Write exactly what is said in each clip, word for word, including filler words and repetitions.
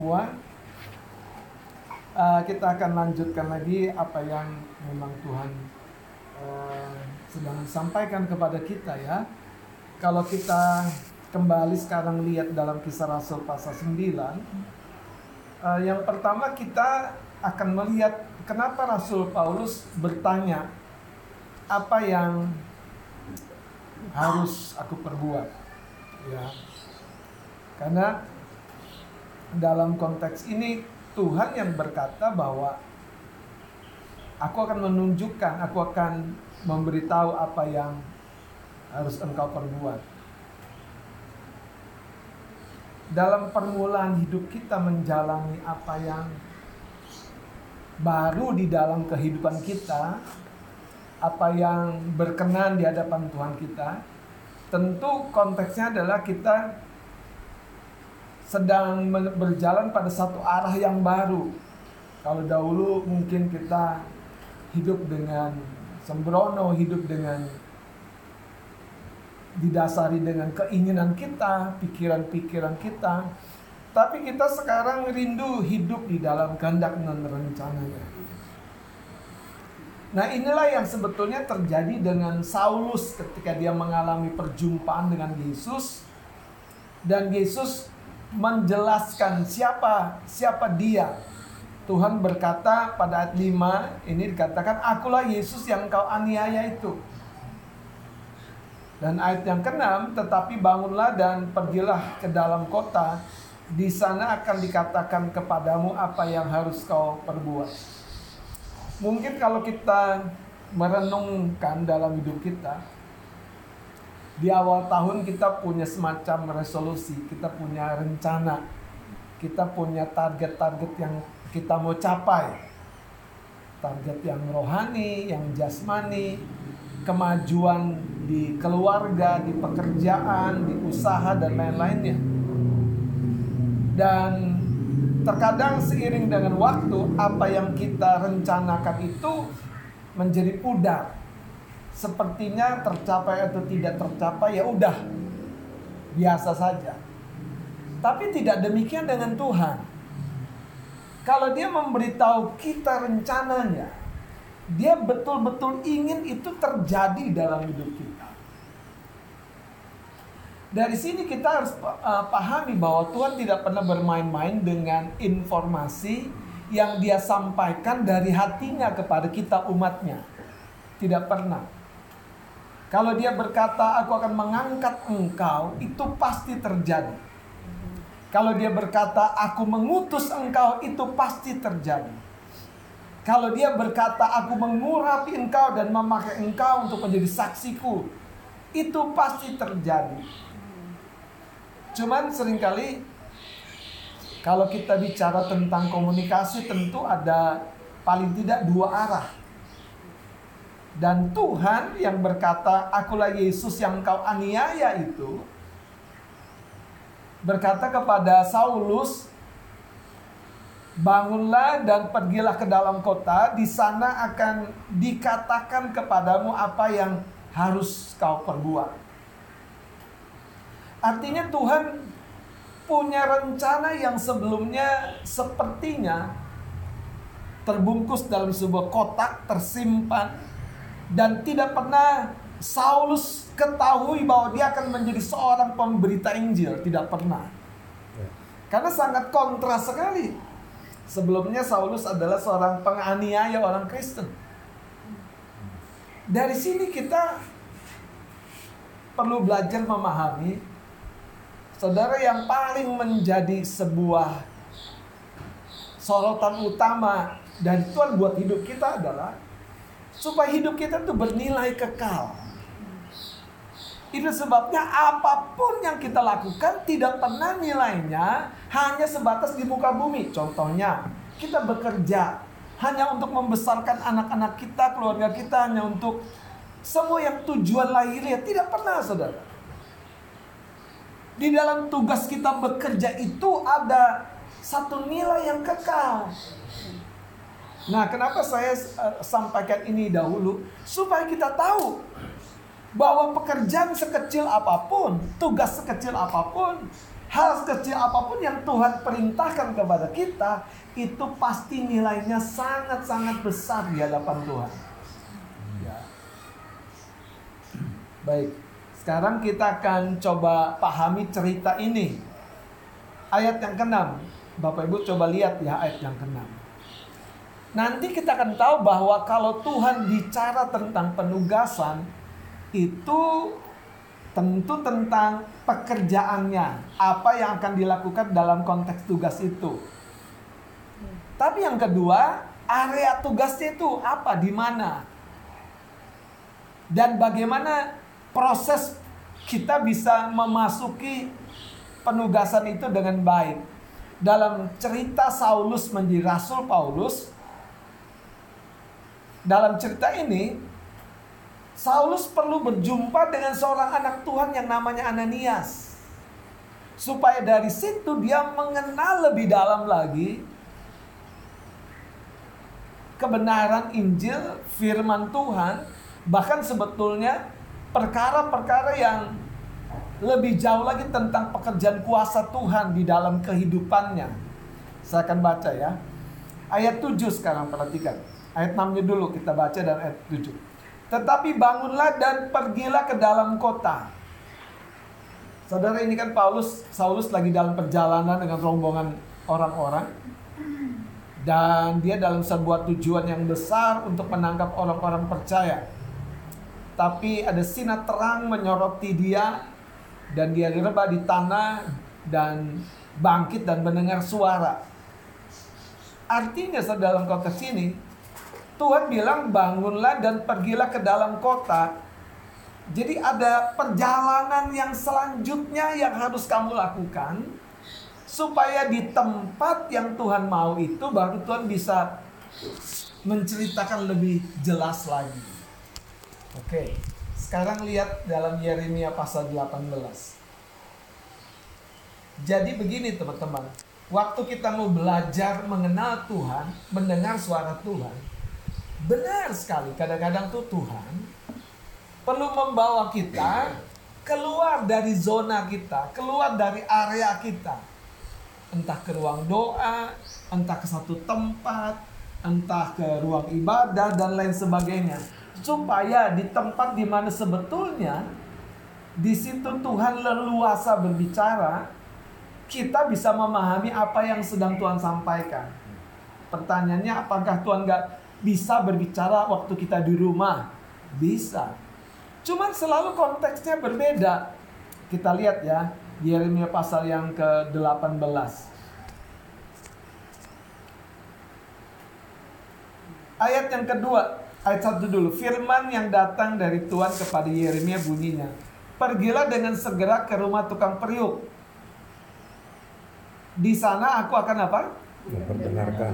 Semua, uh, kita akan lanjutkan lagi apa yang memang Tuhan uh, sedang sampaikan kepada kita ya. Kalau kita kembali sekarang lihat dalam Kisah Rasul pasal sembilan, uh, yang pertama kita akan melihat kenapa Rasul Paulus bertanya, apa yang harus aku perbuat ya. Karena dalam konteks ini Tuhan yang berkata bahwa aku akan menunjukkan, aku akan memberitahu apa yang harus engkau perbuat. Dalam permulaan hidup kita menjalani apa yang baru di dalam kehidupan kita, apa yang berkenan di hadapan Tuhan kita, tentu konteksnya adalah kita sedang berjalan pada satu arah yang baru. Kalau dahulu mungkin kita hidup dengan sembrono, hidup dengan didasari dengan keinginan kita, pikiran-pikiran kita. Tapi kita sekarang rindu hidup di dalam kehendak dan rencananya. Nah, inilah yang sebetulnya terjadi dengan Saulus ketika dia mengalami perjumpaan dengan Yesus. Dan Yesus menjelaskan siapa siapa dia. Tuhan berkata pada ayat lima, ini dikatakan, akulah Yesus yang kau aniaya itu. Dan ayat yang keenam, tetapi bangunlah dan pergilah ke dalam kota, di sana akan dikatakan kepadamu apa yang harus kau perbuat. Mungkin kalau kita merenungkan dalam hidup kita, di awal tahun kita punya semacam resolusi, kita punya rencana, kita punya target-target yang kita mau capai. Target yang rohani, yang jasmani, kemajuan di keluarga, di pekerjaan, di usaha, dan lain-lainnya. Dan terkadang seiring dengan waktu, apa yang kita rencanakan itu menjadi pudar. Sepertinya tercapai atau tidak tercapai, ya udah biasa saja. Tapi tidak demikian dengan Tuhan. Kalau Dia memberitahu kita rencananya, Dia betul-betul ingin itu terjadi dalam hidup kita. Dari sini kita harus uh, pahami bahwa Tuhan tidak pernah bermain-main dengan informasi yang Dia sampaikan dari hatinya kepada kita umatnya. Tidak pernah. Kalau Dia berkata, aku akan mengangkat engkau, itu pasti terjadi. Kalau Dia berkata, aku mengutus engkau, itu pasti terjadi. Kalau Dia berkata, aku mengurapi engkau dan memakai engkau untuk menjadi saksiku, itu pasti terjadi. Cuman seringkali kalau kita bicara tentang komunikasi, tentu ada paling tidak dua arah. Dan Tuhan yang berkata, akulah Yesus yang kau aniaya itu, berkata kepada Saulus, bangunlah dan pergilah ke dalam kota, di sana akan dikatakan kepadamu apa yang harus kau perbuat. Artinya Tuhan punya rencana yang sebelumnya sepertinya terbungkus dalam sebuah kotak, tersimpan. Dan tidak pernah Saulus ketahui bahwa dia akan menjadi seorang pemberita Injil. Tidak pernah. Karena sangat kontras sekali. Sebelumnya Saulus adalah seorang penganiaya orang Kristen. Dari sini kita perlu belajar memahami, saudara, yang paling menjadi sebuah sorotan utama dari Tuhan buat hidup kita adalah supaya hidup kita itu bernilai kekal. Itu sebabnya apapun yang kita lakukan tidak pernah nilainya hanya sebatas di muka bumi. Contohnya, kita bekerja hanya untuk membesarkan anak-anak kita, keluarga kita, hanya untuk semua yang tujuan lahirnya. Tidak pernah, saudara. Di dalam tugas kita bekerja itu ada satu nilai yang kekal. Nah, kenapa saya uh, sampaikan ini dahulu? Supaya kita tahu bahwa pekerjaan sekecil apapun, tugas sekecil apapun, hal kecil apapun yang Tuhan perintahkan kepada kita, itu pasti nilainya sangat-sangat besar di hadapan Tuhan. Ya. Baik, sekarang kita akan coba pahami cerita ini. Ayat yang keenam, Bapak Ibu coba lihat ya ayat yang keenam. Nanti kita akan tahu bahwa kalau Tuhan bicara tentang penugasan, itu tentu tentang pekerjaannya, apa yang akan dilakukan dalam konteks tugas itu. Tapi yang kedua, area tugasnya itu apa, di mana, dan bagaimana proses kita bisa memasuki penugasan itu dengan baik. Dalam cerita Saulus menjadi Rasul Paulus, dalam cerita ini Saulus perlu berjumpa dengan seorang anak Tuhan yang namanya Ananias, supaya dari situ dia mengenal lebih dalam lagi kebenaran Injil, firman Tuhan, bahkan sebetulnya perkara-perkara yang lebih jauh lagi tentang pekerjaan kuasa Tuhan di dalam kehidupannya. Saya akan baca ya. Ayat tujuh sekarang, perhatikan. Ayat enam-nya dulu kita baca dan ayat tujuh. Tetapi bangunlah dan pergilah ke dalam kota. Saudara, ini kan Paulus, Saulus lagi dalam perjalanan dengan rombongan orang-orang. Dan dia dalam sebuah tujuan yang besar untuk menangkap orang-orang percaya. Tapi ada sinar terang menyoroti dia. Dan dia direbah di tanah dan bangkit dan mendengar suara. Artinya dalam konteks ini, Tuhan bilang bangunlah dan pergilah ke dalam kota. Jadi ada perjalanan yang selanjutnya yang harus kamu lakukan, supaya di tempat yang Tuhan mau itu baru Tuhan bisa menceritakan lebih jelas lagi. Oke, sekarang lihat dalam Yeremia pasal delapan belas. Jadi begini teman-teman, waktu kita mau belajar mengenal Tuhan, mendengar suara Tuhan, benar sekali, kadang-kadang tuh Tuhan perlu membawa kita keluar dari zona kita, keluar dari area kita. Entah ke ruang doa, entah ke satu tempat, entah ke ruang ibadah dan lain sebagainya. Supaya di tempat di mana sebetulnya di situ Tuhan leluasa berbicara, kita bisa memahami apa yang sedang Tuhan sampaikan. Pertanyaannya, apakah Tuhan gak bisa berbicara waktu kita di rumah? Bisa. Cuman selalu konteksnya berbeda. Kita lihat ya, Yeremia pasal yang ke delapan belas. Ayat yang kedua, ayat satu dulu. Firman yang datang dari Tuhan kepada Yeremia bunyinya, pergilah dengan segera ke rumah tukang periuk. Di sana aku akan apa? Memperdengarkan.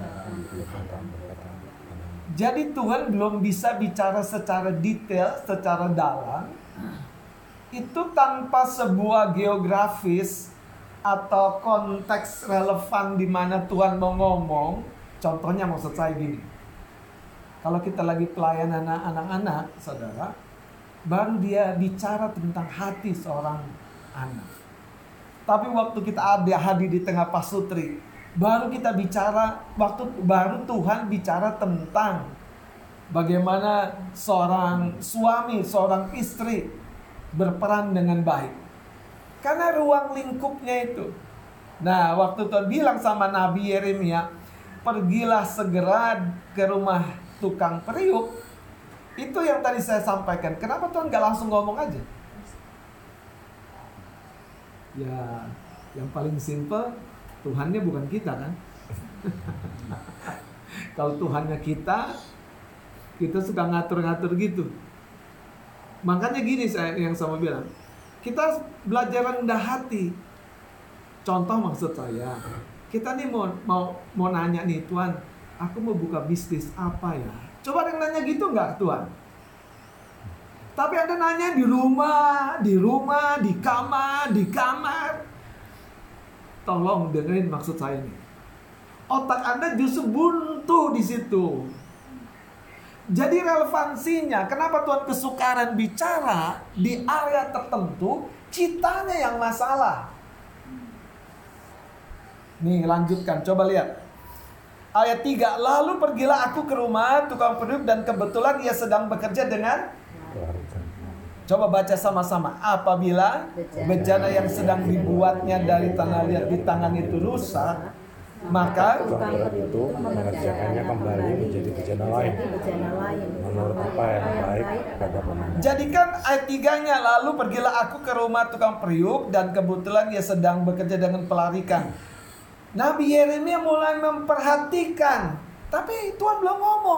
Jadi Tuhan belum bisa bicara secara detail, secara dalam. Itu tanpa sebuah geografis atau konteks relevan di mana Tuhan mau ngomong. Contohnya maksud saya gini. Kalau kita lagi pelayanan anak-anak, saudara, baru dia bicara tentang hati seorang anak. Tapi waktu kita ada hadir di tengah pasutri, baru kita bicara, waktu baru Tuhan bicara tentang bagaimana seorang suami, seorang istri berperan dengan baik. Karena ruang lingkupnya itu. Nah, waktu Tuhan bilang sama Nabi Yeremia, pergilah segera ke rumah tukang periuk, itu yang tadi saya sampaikan. Kenapa Tuhan gak langsung ngomong aja? Ya, yang paling simple, Tuhannya bukan kita kan. Kalau Tuhannya kita, kita suka ngatur-ngatur gitu. Makanya gini saya yang sama bilang, kita belajar rendah hati. Contoh maksud saya, kita nih mau mau mau nanya nih, Tuhan, aku mau buka bisnis apa ya? Coba ada yang nanya gitu nggak Tuhan? Tapi ada nanya di rumah, di rumah, di kamar, di kamar. Tolong dengerin maksud saya nih. Otak Anda justru buntu di situ. Jadi relevansinya, kenapa Tuhan kesukaran bicara di area tertentu, kitanya yang masalah. Nih lanjutkan, coba lihat. Ayat tiga, lalu pergilah aku ke rumah tukang periuk dan kebetulan ia sedang bekerja dengan... Coba baca sama-sama. Apabila bejana yang sedang dibuatnya dari tanah liat di tangan itu rusak, maka tukang periuk itu mengerjakannya kembali menjadi bejana lain menurut apa yang baik pada pemandangan. Jadikan ayat tiganya, lalu pergilah aku ke rumah tukang periuk dan kebetulan ia sedang bekerja dengan pelarikan. Nabi Yeremia mulai memperhatikan, tapi Tuhan belum ngomong.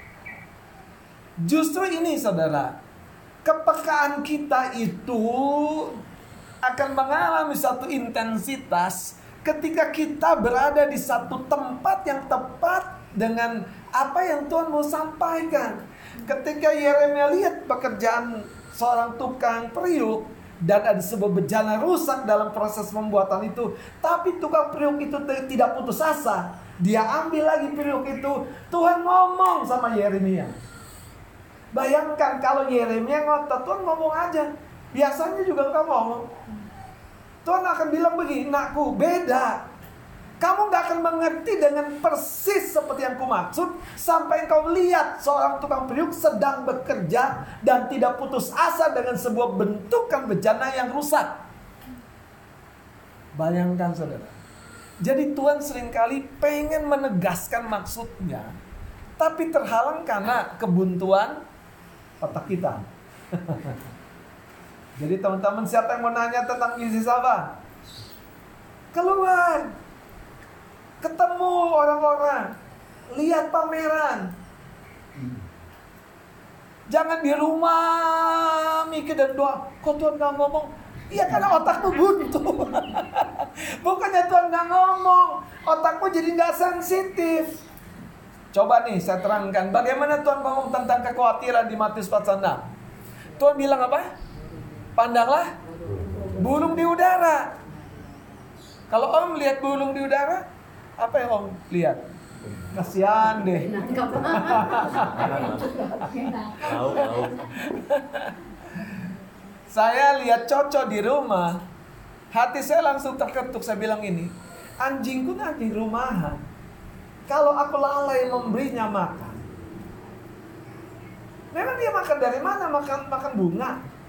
Justru ini saudara, kepekaan kita itu akan mengalami satu intensitas ketika kita berada di satu tempat yang tepat dengan apa yang Tuhan mau sampaikan. Ketika Yeremia lihat pekerjaan seorang tukang periuk dan ada sebuah bejana rusak dalam proses pembuatan itu, tapi tukang periuk itu tidak putus asa. Dia ambil lagi periuk itu. Tuhan ngomong sama Yeremia. Bayangkan kalau Yeremia ngotot, Tuhan ngomong aja. Biasanya juga enggak ngomong. Tuhan akan bilang begini, nakku beda. Kamu gak akan mengerti dengan persis seperti yang kumaksud sampai engkau lihat seorang tukang periuk sedang bekerja dan tidak putus asa dengan sebuah bentukan bejana yang rusak. Bayangkan saudara. Jadi Tuhan seringkali pengen menegaskan maksudnya, tapi terhalang karena kebuntuan otak kita. Jadi teman-teman, siapa yang mau nanya tentang Yesus apa? Keluar, ketemu orang-orang, lihat pameran. Jangan di rumah mikir dan doa, kok Tuhan gak ngomong? Iya karena otakmu buntu. Bukannya Tuhan gak ngomong, otakmu jadi gak sensitif. Coba nih saya terangkan bagaimana Tuhan ngomong tentang kekhawatiran di Matius empat puluh enam. Tuhan bilang apa? Pandanglah burung di udara. Kalau Om lihat burung di udara, apa yang Om lihat? Kasihan deh. Tahu, tahu. Saya lihat cocok di rumah, hati saya langsung terketuk. Saya bilang ini, anjingku anjing rumahan. Kalau aku lalai memberinya makan, memang dia makan dari mana? Makan makan bunga.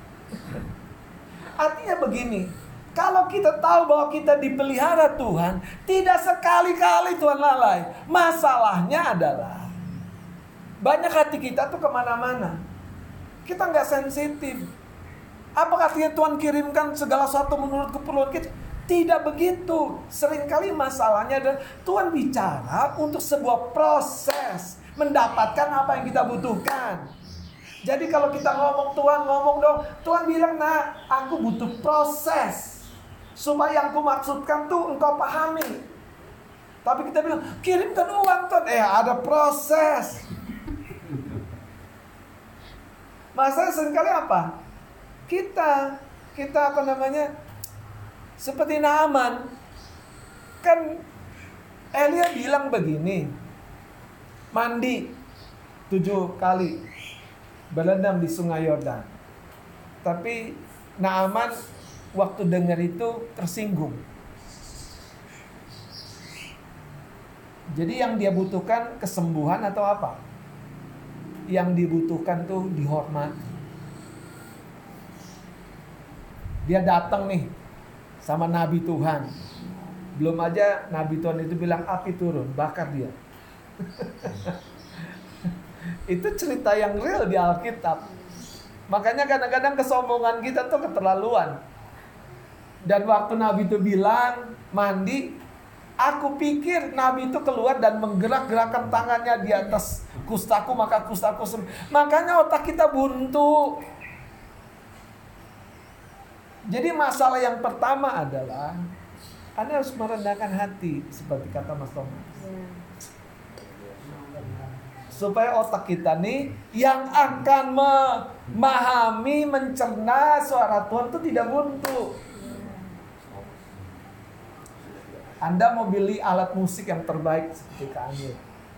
Artinya begini, kalau kita tahu bahwa kita dipelihara Tuhan, tidak sekali-kali Tuhan lalai. Masalahnya adalah banyak hati kita tuh kemana-mana. Kita nggak sensitif. Apa artinya Tuhan kirimkan segala sesuatu menurut keperluan kita? Tidak begitu. Seringkali masalahnya adalah Tuhan bicara untuk sebuah proses mendapatkan apa yang kita butuhkan. Jadi kalau kita ngomong, Tuhan ngomong dong, Tuhan bilang, nah aku butuh proses supaya yang aku maksudkan tuh engkau pahami. Tapi kita bilang, kirimkan uang Tuhan. Eh ada proses. Masalah seringkali apa? Kita, kita apa namanya, seperti Naaman. Kan Elia bilang begini, mandi tujuh kali, berendam di sungai Yordan. Tapi Naaman waktu dengar itu tersinggung. Jadi yang dia butuhkan kesembuhan atau apa? Yang dibutuhkan tuh dihormati. Dia datang nih sama Nabi Tuhan. Belum aja Nabi Tuhan itu bilang api turun, bakar dia. Itu cerita yang real di Alkitab. Makanya kadang-kadang kesombongan kita tuh keterlaluan. Dan waktu Nabi itu bilang mandi, aku pikir Nabi itu keluar dan menggerak-gerakkan tangannya di atas kustaku, maka kustaku sembuh. Makanya otak kita buntu. Jadi masalah yang pertama adalah Anda harus merendahkan hati, seperti kata Mas Thomas. Supaya otak kita nih yang akan memahami, mencerna suara Tuhan itu tidak buntu. Anda mau beli alat musik yang terbaik seperti Kanye.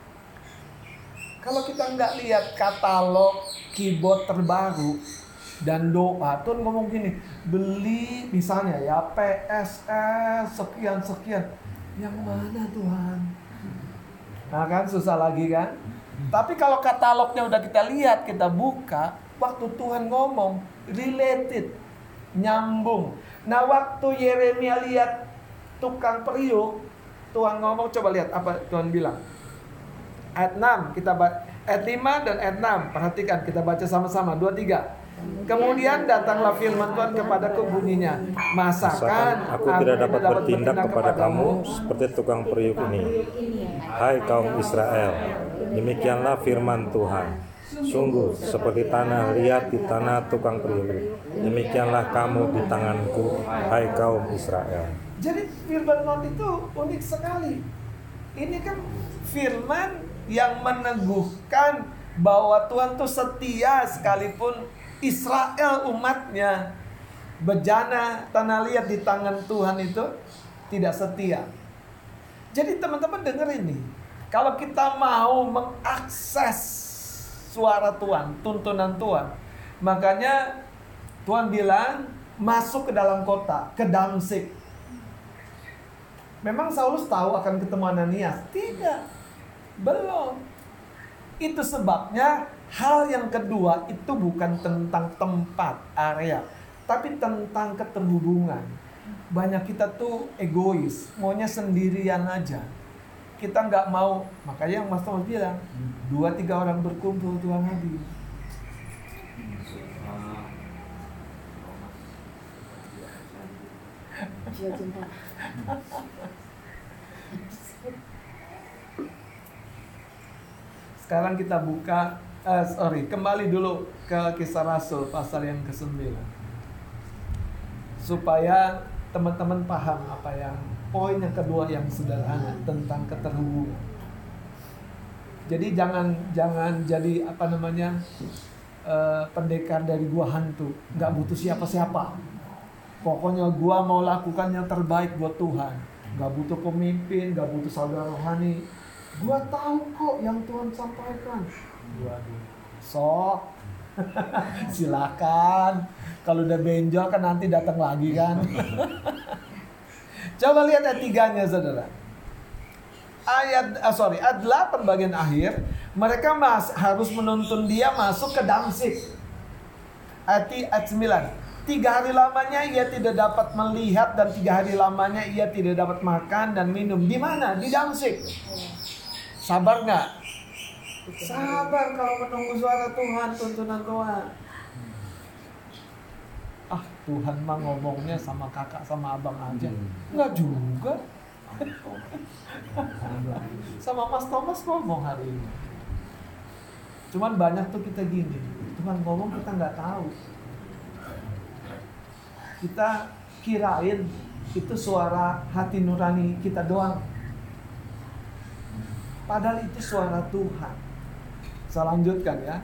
Kalau kita nggak lihat katalog keyboard terbaru dan doa, Tuhan ngomong gini, beli misalnya ya P S S sekian-sekian. Yang mana Tuhan? Nah kan susah lagi kan? Tapi kalau katalognya udah kita lihat, kita buka, waktu Tuhan ngomong, related, nyambung. Nah waktu Yeremia lihat tukang periuk, Tuhan ngomong, coba lihat apa Tuhan bilang. Ayat enam, kita baca, ayat lima dan ayat enam, perhatikan, kita baca sama-sama, dua, tiga. Kemudian datanglah firman Tuhan kepadaku bunyinya, masakan aku tidak dapat bertindak kepada kamu seperti tukang periuk ini, hai kaum Israel. Demikianlah firman Tuhan, sungguh seperti tanah liat di tanah tukang periuk, demikianlah kamu di tanganku, hai kaum Israel. Jadi firman Tuhan itu unik sekali. Ini kan firman yang meneguhkan bahwa Tuhan tuh setia sekalipun Israel umatnya bejana tanah liat di tangan Tuhan itu tidak setia. Jadi teman-teman dengar ini, kalau kita mau mengakses suara Tuhan, tuntunan Tuhan, makanya Tuhan bilang masuk ke dalam kota, ke Damsyik. Memang Saulus tahu akan ketemu Ananias? Tidak, belum. Itu sebabnya hal yang kedua itu bukan tentang tempat, area, tapi tentang keterhubungan. Banyak kita tuh egois, maunya sendirian aja. Kita nggak mau, makanya yang Mas Thomas bilang, dua tiga orang berkumpul Tuhan hadir. Sekarang kita buka, uh, sorry, kembali dulu ke Kisah Rasul pasal yang kesembilan, supaya teman-teman paham apa yang poin yang kedua yang sederhana tentang keterhubungan. Jadi jangan jangan jadi apa namanya uh, pendekar dari gua hantu, nggak butuh siapa-siapa. Pokoknya gua mau lakukan yang terbaik buat Tuhan, nggak butuh pemimpin, nggak butuh saudara rohani. Gua tahu kok yang Tuhan sampaikan. Waduh, sok. Silakan. Kalau udah benjol kan nanti datang lagi kan. Coba lihat ayat tiganya saudara. Ayat, ah, sorry, ayat delapan bagian akhir. Mereka mas, harus menuntun dia masuk ke Damsyik. Ayat, ayat sembilan. Tiga hari lamanya ia tidak dapat melihat dan tiga hari lamanya ia tidak dapat makan dan minum. Di mana? Di Damsyik. Sabar nggak? Sabar kalau menunggu suara Tuhan, tuntunan Tuhan. Ah, Tuhan mah ngomongnya sama kakak sama abang aja. Nggak juga. Sama Mas Thomas ngomong hari ini. Cuman banyak tuh kita gini, Tuhan ngomong kita nggak tahu. Kita kirain itu suara hati nurani kita doang. Padahal itu suara Tuhan. Saya lanjutkan ya.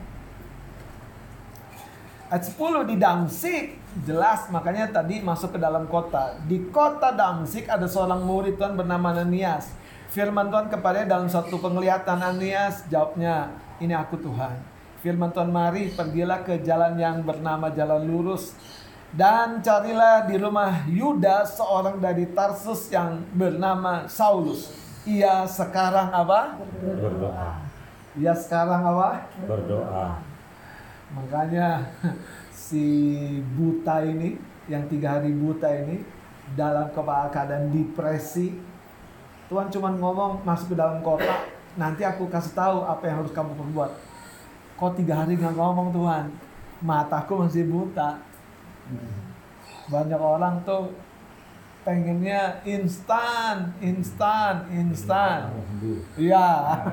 Ayat sepuluh di Damsyik jelas, makanya tadi masuk ke dalam kota. Di kota Damsyik ada seorang murid Tuhan bernama Ananias. Firman Tuhan kepadanya dalam satu penglihatan. Ananias, jawabnya, ini aku Tuhan. Firman Tuhan, mari pergilah ke jalan yang bernama jalan lurus dan carilah di rumah Yudas seorang dari Tarsus yang bernama Saulus. Ia sekarang apa? Berdoa. Ia sekarang apa? Berdoa. Makanya si buta ini, yang tiga hari buta ini, dalam keadaan depresi, Tuhan cuma ngomong masuk ke dalam kota, nanti aku kasih tahu apa yang harus kamu perbuat. Kok tiga hari nggak ngomong Tuhan? Mataku masih buta. Banyak orang tuh pengennya instan, instan, instan. Iya.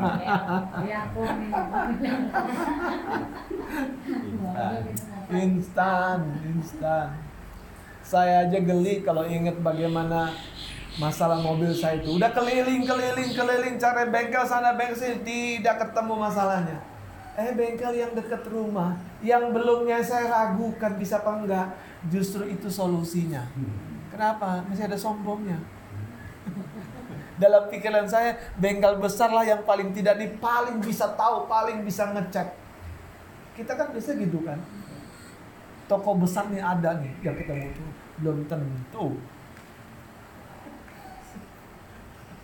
Instan, instan. Saya aja geli kalau ingat bagaimana masalah mobil saya itu. Udah keliling, keliling, keliling, cari bengkel sana, bengkel sini, tidak ketemu masalahnya. Eh bengkel yang dekat rumah, yang belumnya saya ragukan bisa apa enggak, justru itu solusinya. Kenapa? Masih ada sombongnya. Dalam pikiran saya, bengkel besar lah yang paling tidak nih, paling bisa tahu, paling bisa ngecek. Kita kan biasa gitu kan. Toko besar nih ada nih yang kita butuh, belum tentu.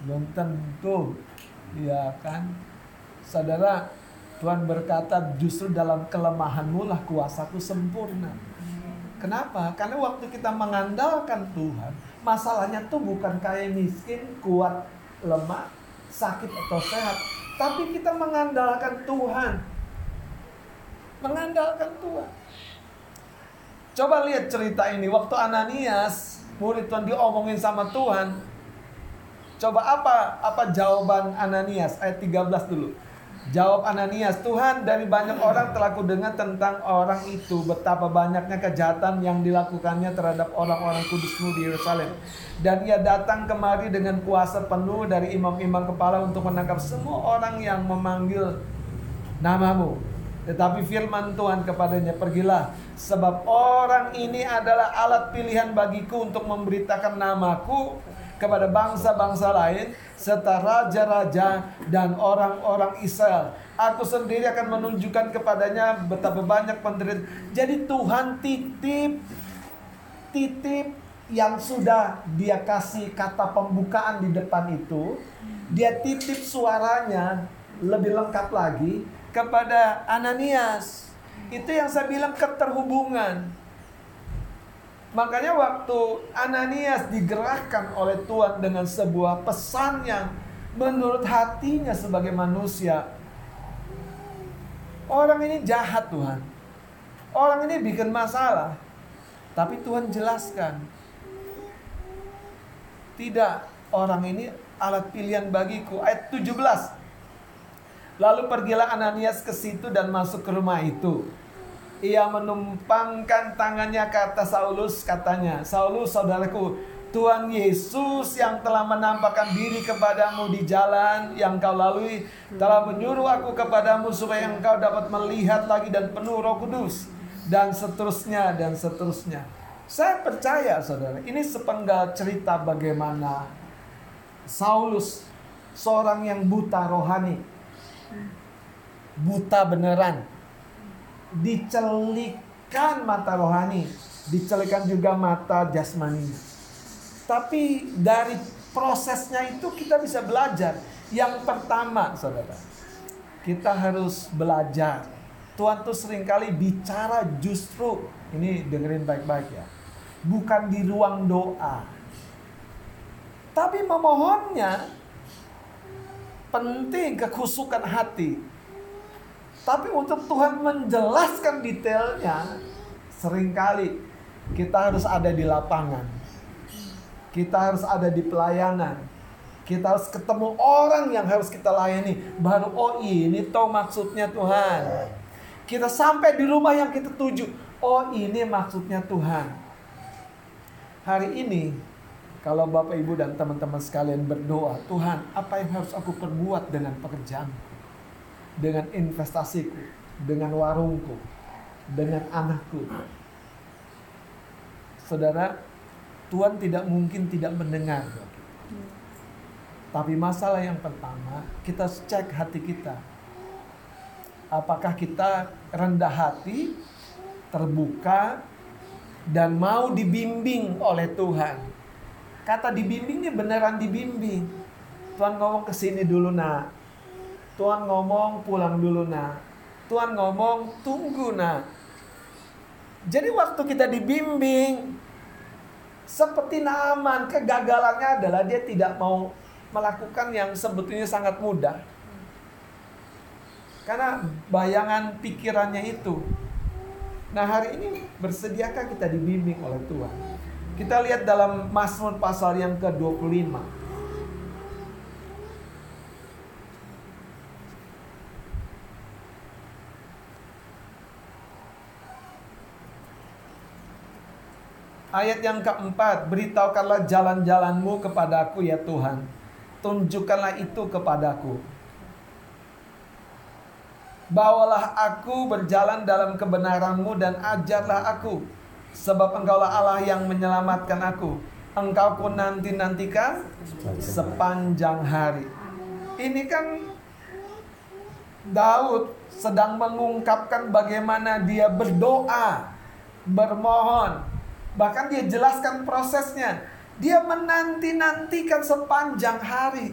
Belum tentu, ya kan? Saudara, Tuhan berkata justru dalam kelemahanmu lah kuasaku sempurna. Kenapa? Karena waktu kita mengandalkan Tuhan, masalahnya tuh bukan kaya miskin, kuat, lemah, sakit atau sehat, tapi kita mengandalkan Tuhan. Mengandalkan Tuhan. Coba lihat cerita ini. Waktu Ananias, murid Tuhan, diomongin sama Tuhan. Coba apa apa jawaban Ananias? Ayat tiga belas dulu. Jawab Ananias, Tuhan, dari banyak orang telah kudengar tentang orang itu, betapa banyaknya kejahatan yang dilakukannya terhadap orang-orang kudus-Mu di Yerusalem. Dan ia datang kemari dengan kuasa penuh dari imam-imam kepala untuk menangkap semua orang yang memanggil nama-Mu. Tetapi firman Tuhan kepadanya, pergilah, sebab orang ini adalah alat pilihan bagiku untuk memberitakan namaku kepada bangsa-bangsa lain, serta raja-raja dan orang-orang Israel. Aku sendiri akan menunjukkan kepadanya betapa banyak penderitaan. Jadi Tuhan titip, titip yang sudah dia kasih kata pembukaan di depan itu, dia titip suaranya lebih lengkap lagi kepada Ananias. Itu yang saya bilang keterhubungan. Makanya waktu Ananias digerakkan oleh Tuhan dengan sebuah pesan yang menurut hatinya sebagai manusia, orang ini jahat Tuhan, orang ini bikin masalah, tapi Tuhan jelaskan, tidak, orang ini alat pilihan bagiku. Ayat tujuh belas. Lalu pergilah Ananias ke situ dan masuk ke rumah itu. Ia menumpangkan tangannya ke atas Saulus, katanya, Saulus saudaraku, Tuhan Yesus yang telah menampakkan diri kepadamu di jalan yang kau lalui telah menyuruh aku kepadamu supaya engkau dapat melihat lagi dan penuh Roh Kudus, dan seterusnya dan seterusnya. Saya percaya saudara, ini sepenggal cerita bagaimana Saulus, seorang yang buta rohani, buta beneran, dicelikkan mata rohani, dicelikkan juga mata jasmani. Tapi dari prosesnya itu kita bisa belajar. Yang pertama saudara, kita harus belajar. Tuhan tuh seringkali bicara justru, ini dengerin baik-baik ya, bukan di ruang doa, tapi memohonnya penting kekhusukan hati. Tapi untuk Tuhan menjelaskan detailnya, seringkali kita harus ada di lapangan. Kita harus ada di pelayanan. Kita harus ketemu orang yang harus kita layani. Baru, oh ini toh maksudnya Tuhan. Kita sampai di rumah yang kita tuju. Oh ini maksudnya Tuhan. Hari ini, kalau Bapak Ibu dan teman-teman sekalian berdoa, Tuhan apa yang harus aku perbuat dengan pekerjaanku, dengan investasiku, dengan warungku, dengan anakku. Saudara, Tuhan tidak mungkin tidak mendengar. Tapi masalah yang pertama, kita cek hati kita. Apakah kita rendah hati, terbuka, dan mau dibimbing oleh Tuhan. Kata dibimbing ini beneran dibimbing. Tuhan ngomong kesini dulu nak. Tuhan ngomong pulang dulu nak. Tuhan ngomong tunggu nak. Jadi waktu kita dibimbing, seperti Naaman, kegagalannya adalah dia tidak mau melakukan yang sebetulnya sangat mudah. Karena bayangan pikirannya itu. Nah hari ini bersediakah kita dibimbing oleh Tuhan? Kita lihat dalam Mazmur pasal yang ke dua puluh lima. Ayat yang keempat, beritahukanlah jalan-jalanmu kepadaku ya Tuhan. Tunjukkanlah itu kepadaku. Bawalah aku berjalan dalam kebenaran-Mu dan ajarlah aku. Sebab Engkaulah Allah yang menyelamatkan aku. Engkau ku nanti-nantikan sepanjang hari. Ini kan Daud sedang mengungkapkan bagaimana dia berdoa, bermohon. Bahkan dia jelaskan prosesnya. Dia menanti-nantikan sepanjang hari.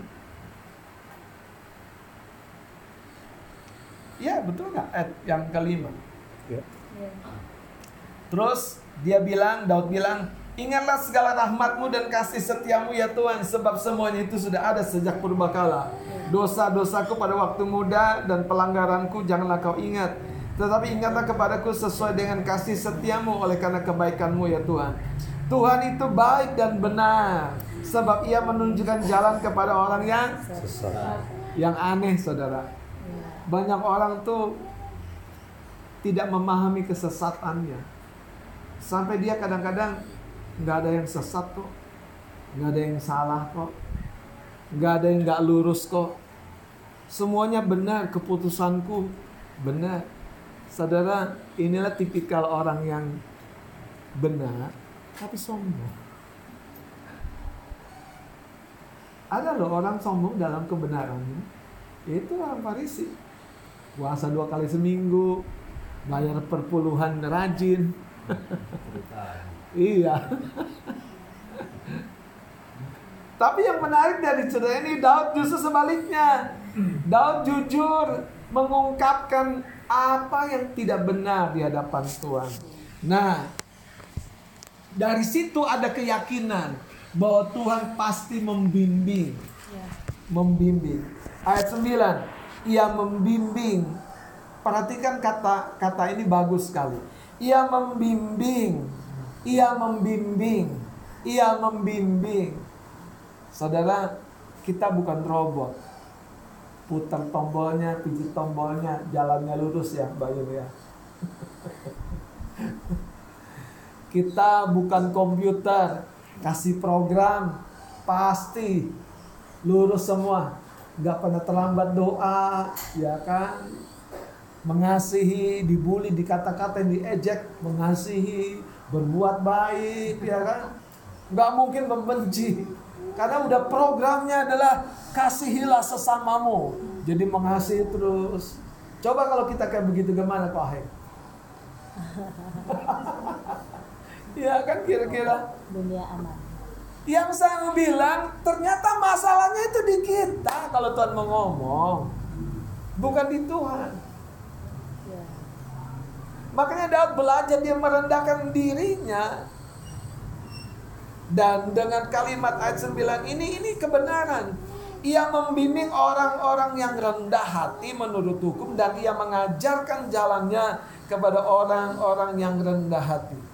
Ya, betul nggak? Ayat yang kelima. Ya. Terus dia bilang, Daud bilang, ingatlah segala rahmat-Mu dan kasih setia-Mu ya Tuhan, sebab semuanya itu sudah ada sejak purbakala. Dosa-dosaku pada waktu muda dan pelanggaranku janganlah Kau ingat, tetapi ingatlah kepadaku sesuai dengan kasih setia-Mu oleh karena kebaikan-Mu ya Tuhan. Tuhan itu baik dan benar, sebab Ia menunjukkan jalan kepada orang yang Sesat. Yang aneh, saudara. Banyak orang tuh tidak memahami kesesatannya, sampai dia kadang-kadang nggak ada yang sesat kok, nggak ada yang salah kok, nggak ada yang nggak lurus kok, semuanya benar, keputusanku benar. Saudara, inilah tipikal orang yang benar tapi sombong. Ada loh orang sombong dalam kebenarannya, itu orang Farisi. Puasa dua kali seminggu, bayar perpuluhan rajin. Iya. Tapi yang menarik dari cerita ini, Daud justru sebaliknya. Daud jujur mengungkapkan apa yang tidak benar di hadapan Tuhan. Nah, dari situ ada keyakinan bahwa Tuhan pasti membimbing. Membimbing. Ayat sembilan, Ia membimbing. Perhatikan kata kata ini bagus sekali. Ia membimbing. Ia membimbing. Ia membimbing. Saudara, kita bukan robot. Putar tombolnya, pijit tombolnya, jalannya lurus ya, Bayu ya. Kita bukan komputer, kasih program pasti lurus semua. Gak pernah terlambat doa, ya kan? Mengasihi, dibully, dikata-katain, diejek, mengasihi, berbuat baik, ya kan? Gak mungkin membenci, karena udah programnya adalah kasihilah sesamamu. Jadi mengasihi terus. Coba kalau kita kayak begitu, gimana Pak Hai? Ya kan kira-kira dunia aman. Yang saya bilang, ternyata masalahnya itu di kita kalau Tuhan mau ngomong, bukan di Tuhan. Ya. Makanya Daud belajar, dia merendahkan dirinya. Dan dengan kalimat ayat sembilan ini, ini kebenaran. Ia membimbing orang-orang yang rendah hati menurut hukum, dan ia mengajarkan jalannya kepada orang-orang yang rendah hati.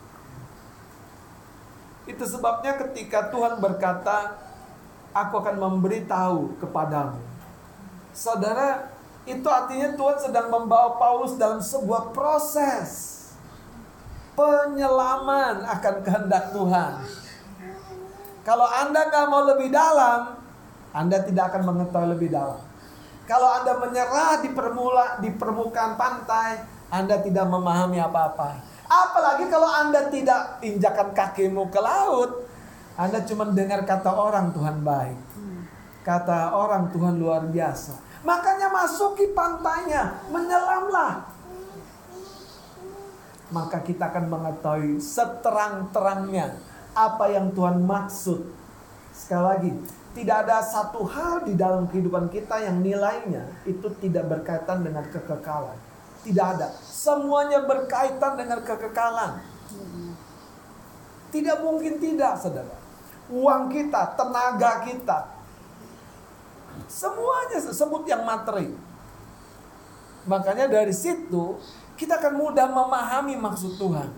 Itu sebabnya ketika Tuhan berkata, aku akan memberitahu kepadamu. Saudara, itu artinya Tuhan sedang membawa Paulus dalam sebuah proses penyelaman akan kehendak Tuhan. Kalau Anda gak mau lebih dalam, Anda tidak akan mengetahui lebih dalam. Kalau Anda menyerah di permula, di permukaan pantai, Anda tidak memahami apa-apa. Apalagi kalau Anda tidak injakan kakimu ke laut, Anda cuma dengar kata orang Tuhan baik, kata orang Tuhan luar biasa. Makanya masuki pantainya, menyelamlah. Maka kita akan mengetahui seterang-terangnya apa yang Tuhan maksud. Sekali lagi, tidak ada satu hal di dalam kehidupan kita yang nilainya itu tidak berkaitan dengan kekekalan. Tidak ada. Semuanya berkaitan dengan kekekalan. Tidak mungkin tidak, saudara. Uang kita, tenaga kita, semuanya sebut yang materi. Makanya dari situ kita akan mudah memahami maksud Tuhan.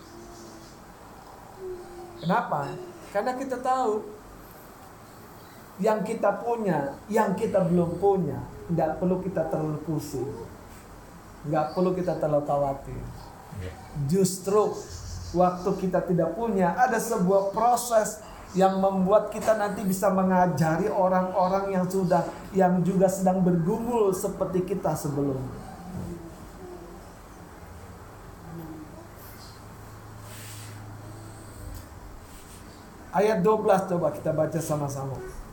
Kenapa? Karena kita tahu yang kita punya, yang kita belum punya, tidak perlu kita terlalu pusing. Nggak perlu kita terlalu khawatir. Justru waktu kita tidak punya, ada sebuah proses yang membuat kita nanti bisa mengajari orang-orang yang sudah, yang juga sedang bergumul seperti kita sebelumnya. Ayat dua belas coba kita baca sama-sama.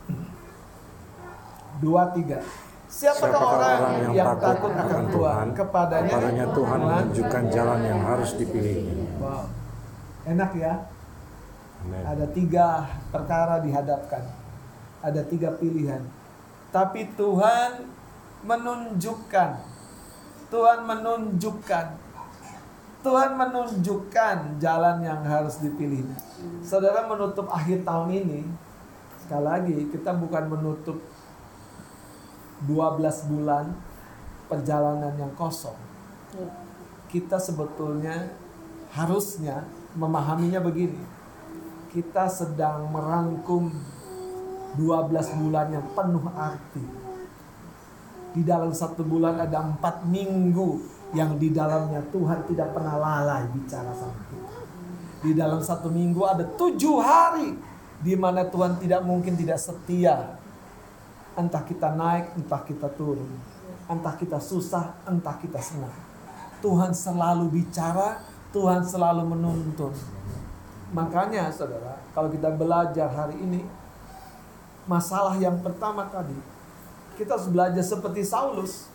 Dua, tiga. Siapakah, Siapakah orang, orang yang, yang takut akan Tuhan? Tuhan kepadanya, kepadanya Tuhan menunjukkan jalan yang harus dipilih. Wow. Enak ya. Amen. Ada tiga perkara dihadapkan. Ada tiga pilihan. Tapi Tuhan menunjukkan. Tuhan menunjukkan. Tuhan menunjukkan jalan yang harus dipilih. Saudara, menutup akhir tahun ini, sekali lagi kita bukan menutup dua belas bulan perjalanan yang kosong. Kita sebetulnya harusnya memahaminya begini. Kita sedang merangkum dua belas bulan yang penuh arti. Di dalam satu bulan ada empat minggu yang di dalamnya Tuhan tidak pernah lalai bicara sama kita. Di dalam satu minggu ada tujuh hari di mana Tuhan tidak mungkin tidak setia. Entah kita naik, entah kita turun. Entah kita susah, entah kita senang. Tuhan selalu bicara, Tuhan selalu menuntun. Makanya saudara, kalau kita belajar hari ini, masalah yang pertama tadi, kita harus belajar seperti Saulus.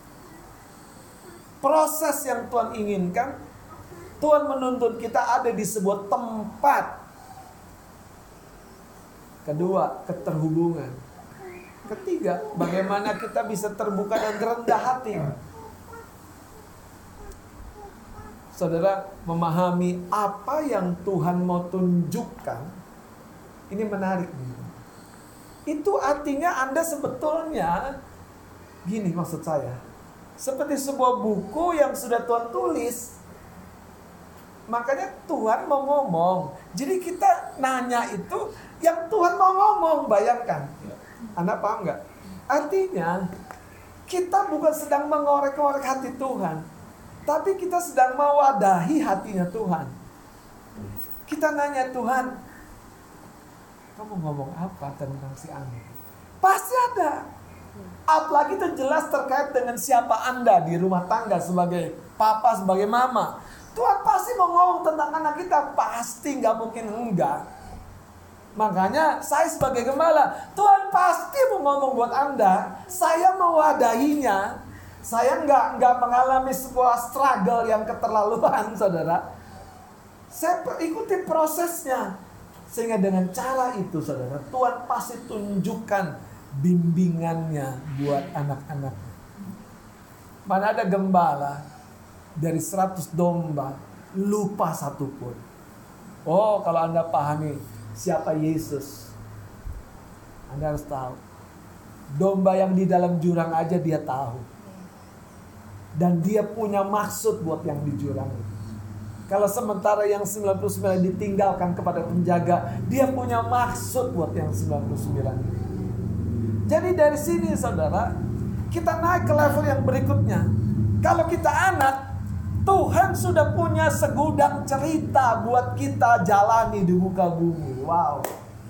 Proses yang Tuhan inginkan, Tuhan menuntun kita ada di sebuah tempat. Kedua, keterhubungan. Ketiga, bagaimana kita bisa terbuka dan rendah hati. Saudara, memahami apa yang Tuhan mau tunjukkan, ini menarik. Itu artinya Anda sebetulnya, gini maksud saya, seperti sebuah buku yang sudah Tuhan tulis. Makanya Tuhan mau ngomong. Jadi kita nanya itu yang Tuhan mau ngomong, bayangkan. Anda paham nggak? Artinya kita bukan sedang mengorek-ngorek hati Tuhan, tapi kita sedang mewadahi hatinya Tuhan. Kita nanya, Tuhan, kamu ngomong apa tentang si Anda? Pasti ada. Apalagi itu jelas terkait dengan siapa Anda di rumah tangga sebagai papa, sebagai mama. Tuhan pasti mau ngomong tentang anak kita. Pasti, nggak mungkin enggak. Makanya saya sebagai gembala, Tuhan pasti mau ngomong buat Anda. Saya mewadahinya. Saya nggak nggak mengalami sebuah struggle yang keterlaluan, saudara. Saya ikuti prosesnya. Sehingga dengan cara itu, saudara, Tuhan pasti tunjukkan bimbingannya buat anak-anak. Mana ada gembala dari seratus domba lupa satu pun. Oh, kalau Anda pahami siapa Yesus, Anda harus tahu. Domba yang di dalam jurang aja dia tahu. Dan dia punya maksud buat yang di jurang itu. Kalau sementara yang sembilan puluh sembilan ditinggalkan kepada penjaga, dia punya maksud buat yang sembilan puluh sembilan itu. Jadi dari sini saudara, kita naik ke level yang berikutnya. Kalau kita anak, Tuhan sudah punya segudang cerita buat kita jalani di muka bumi. Wow.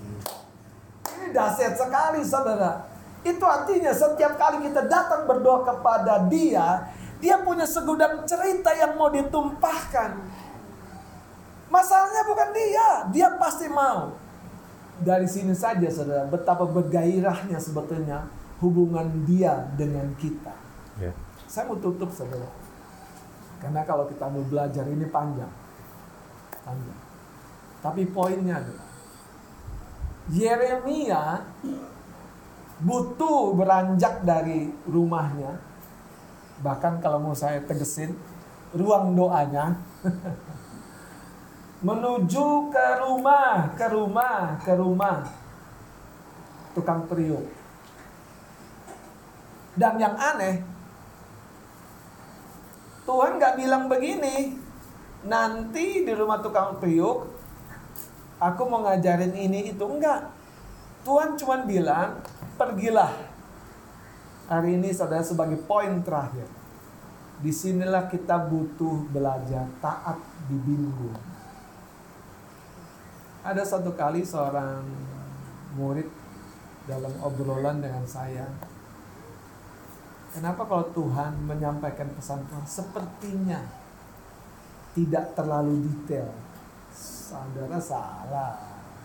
Ini dahsyat sekali saudara. Itu artinya setiap kali kita datang berdoa kepada Dia, Dia punya segudang cerita yang mau ditumpahkan. Masalahnya bukan Dia, Dia pasti mau. Dari sini saja saudara, betapa bergairahnya sebetulnya hubungan Dia dengan kita. Yeah. Saya mau tutup saudara, karena kalau kita mau belajar ini panjang, panjang. Tapi poinnya adalah Yeremia butuh beranjak dari rumahnya, bahkan kalau mau saya tegesin, ruang doanya, menuju ke rumah, ke rumah, ke rumah tukang periuk. Dan yang aneh, Tuhan gak bilang begini, nanti di rumah tukang periuk aku mau ngajarin ini itu. Enggak. Tuhan cuma bilang, pergilah. Hari ini saudara sebagai poin terakhir. Disinilah kita butuh belajar taat dibimbing. Ada satu kali seorang murid dalam obrolan dengan saya, kenapa kalau Tuhan menyampaikan pesan Tuhan sepertinya tidak terlalu detail? Saudara salah.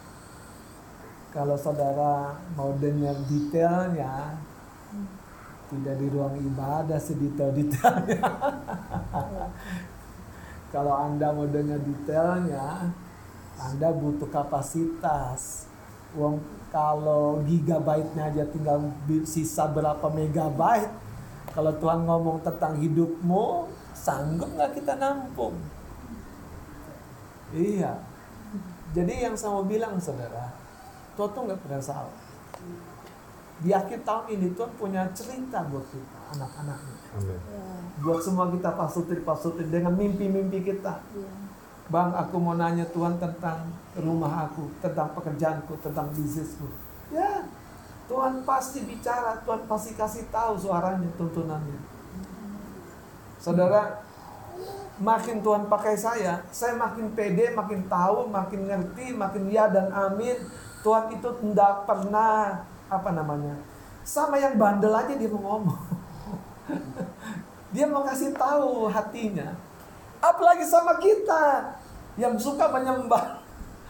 Kalau saudara mau dengar detailnya, tidak di ruang ibadah sedetail-detailnya. Kalau Anda mau dengar detailnya, Anda butuh kapasitas. Wong kalau gigabyte-nya aja tinggal sisa berapa megabyte. Kalau Tuhan ngomong tentang hidupmu, sanggup nggak kita nampung? Iya. Jadi yang saya mau bilang saudara, Tuhan tuh nggak pernah salah. Di akhir tahun ini Tuhan punya cerita buat kita, anak-anaknya. Amin. Buat semua kita pasutin-pasutin dengan mimpi-mimpi kita. Bang, aku mau nanya Tuhan tentang rumah aku, tentang pekerjaanku, tentang bisnisku. Ya, Tuhan pasti bicara, Tuhan pasti kasih tahu suaranya, tuntunannya. Saudara, makin Tuhan pakai saya, saya makin pede, makin tahu, makin ngerti, makin ya dan amin. Tuhan itu tidak pernah, apa namanya, sama yang bandel aja dia mau ngomong. Dia mau kasih tahu hatinya. Apalagi sama kita yang suka menyembah,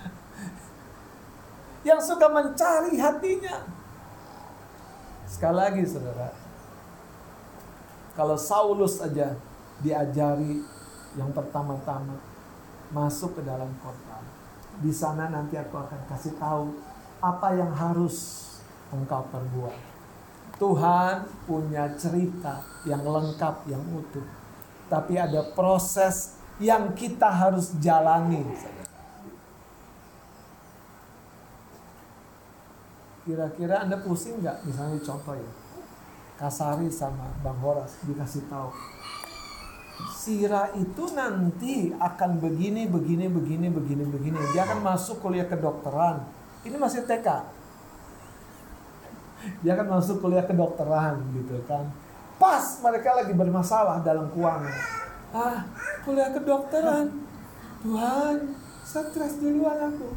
yang suka mencari hatinya. Sekali lagi saudara, kalau Saulus aja diajari yang pertama-tama masuk ke dalam kota, di sana nanti aku akan kasih tahu apa yang harus engkau perbuat. Tuhan punya cerita yang lengkap, yang utuh. Tapi ada proses yang kita harus jalani. Kira-kira Anda pusing nggak? Misalnya contoh ya, Kasari sama Bang Horas dikasih tahu, Sira itu nanti akan begini, begini, begini, begini, begini. Dia akan masuk kuliah kedokteran. Ini masih T K. Dia akan masuk kuliah kedokteran gitu kan. Pas mereka lagi bermasalah dalam keuangan. Ah, kuliah kedokteran. Tuhan, stres duluan aku.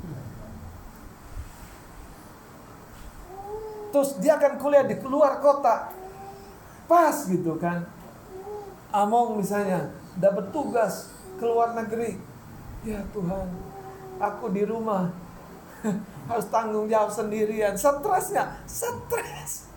Terus dia akan kuliah di luar kota. Pas gitu kan. Among misalnya dapat tugas ke luar negeri. Ya Tuhan, aku di rumah harus tanggung jawab sendirian. Stresnya, stres.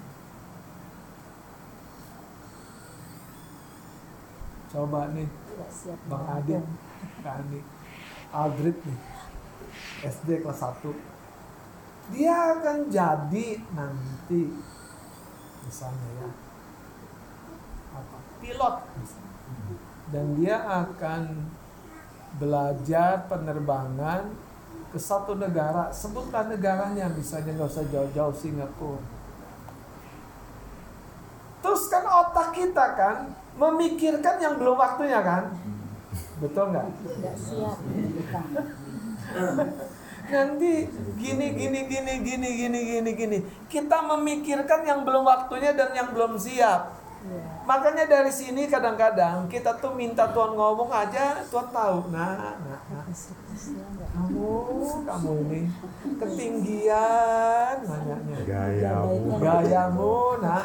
Coba nih, Bang Adit, Kak Ani, Aldrit nih, S D kelas satu. Dia akan jadi nanti, misalnya ya, apa, pilot. Dan dia akan belajar penerbangan ke satu negara. Sebutlah negaranya, misalnya nggak usah jauh-jauh, Singapura. Terus kan otak kita kan memikirkan yang belum waktunya kan, betul nggak? Tidak siap. Nanti gini gini gini gini gini gini gini. Kita memikirkan yang belum waktunya dan yang belum siap. Ya. Makanya dari sini kadang-kadang kita tuh minta Tuhan ngomong aja, Tuhan tahu. Nah, nah, nah. Kamu, kamu ini ketinggian banyaknya. Gayamu. Gayamu, nah.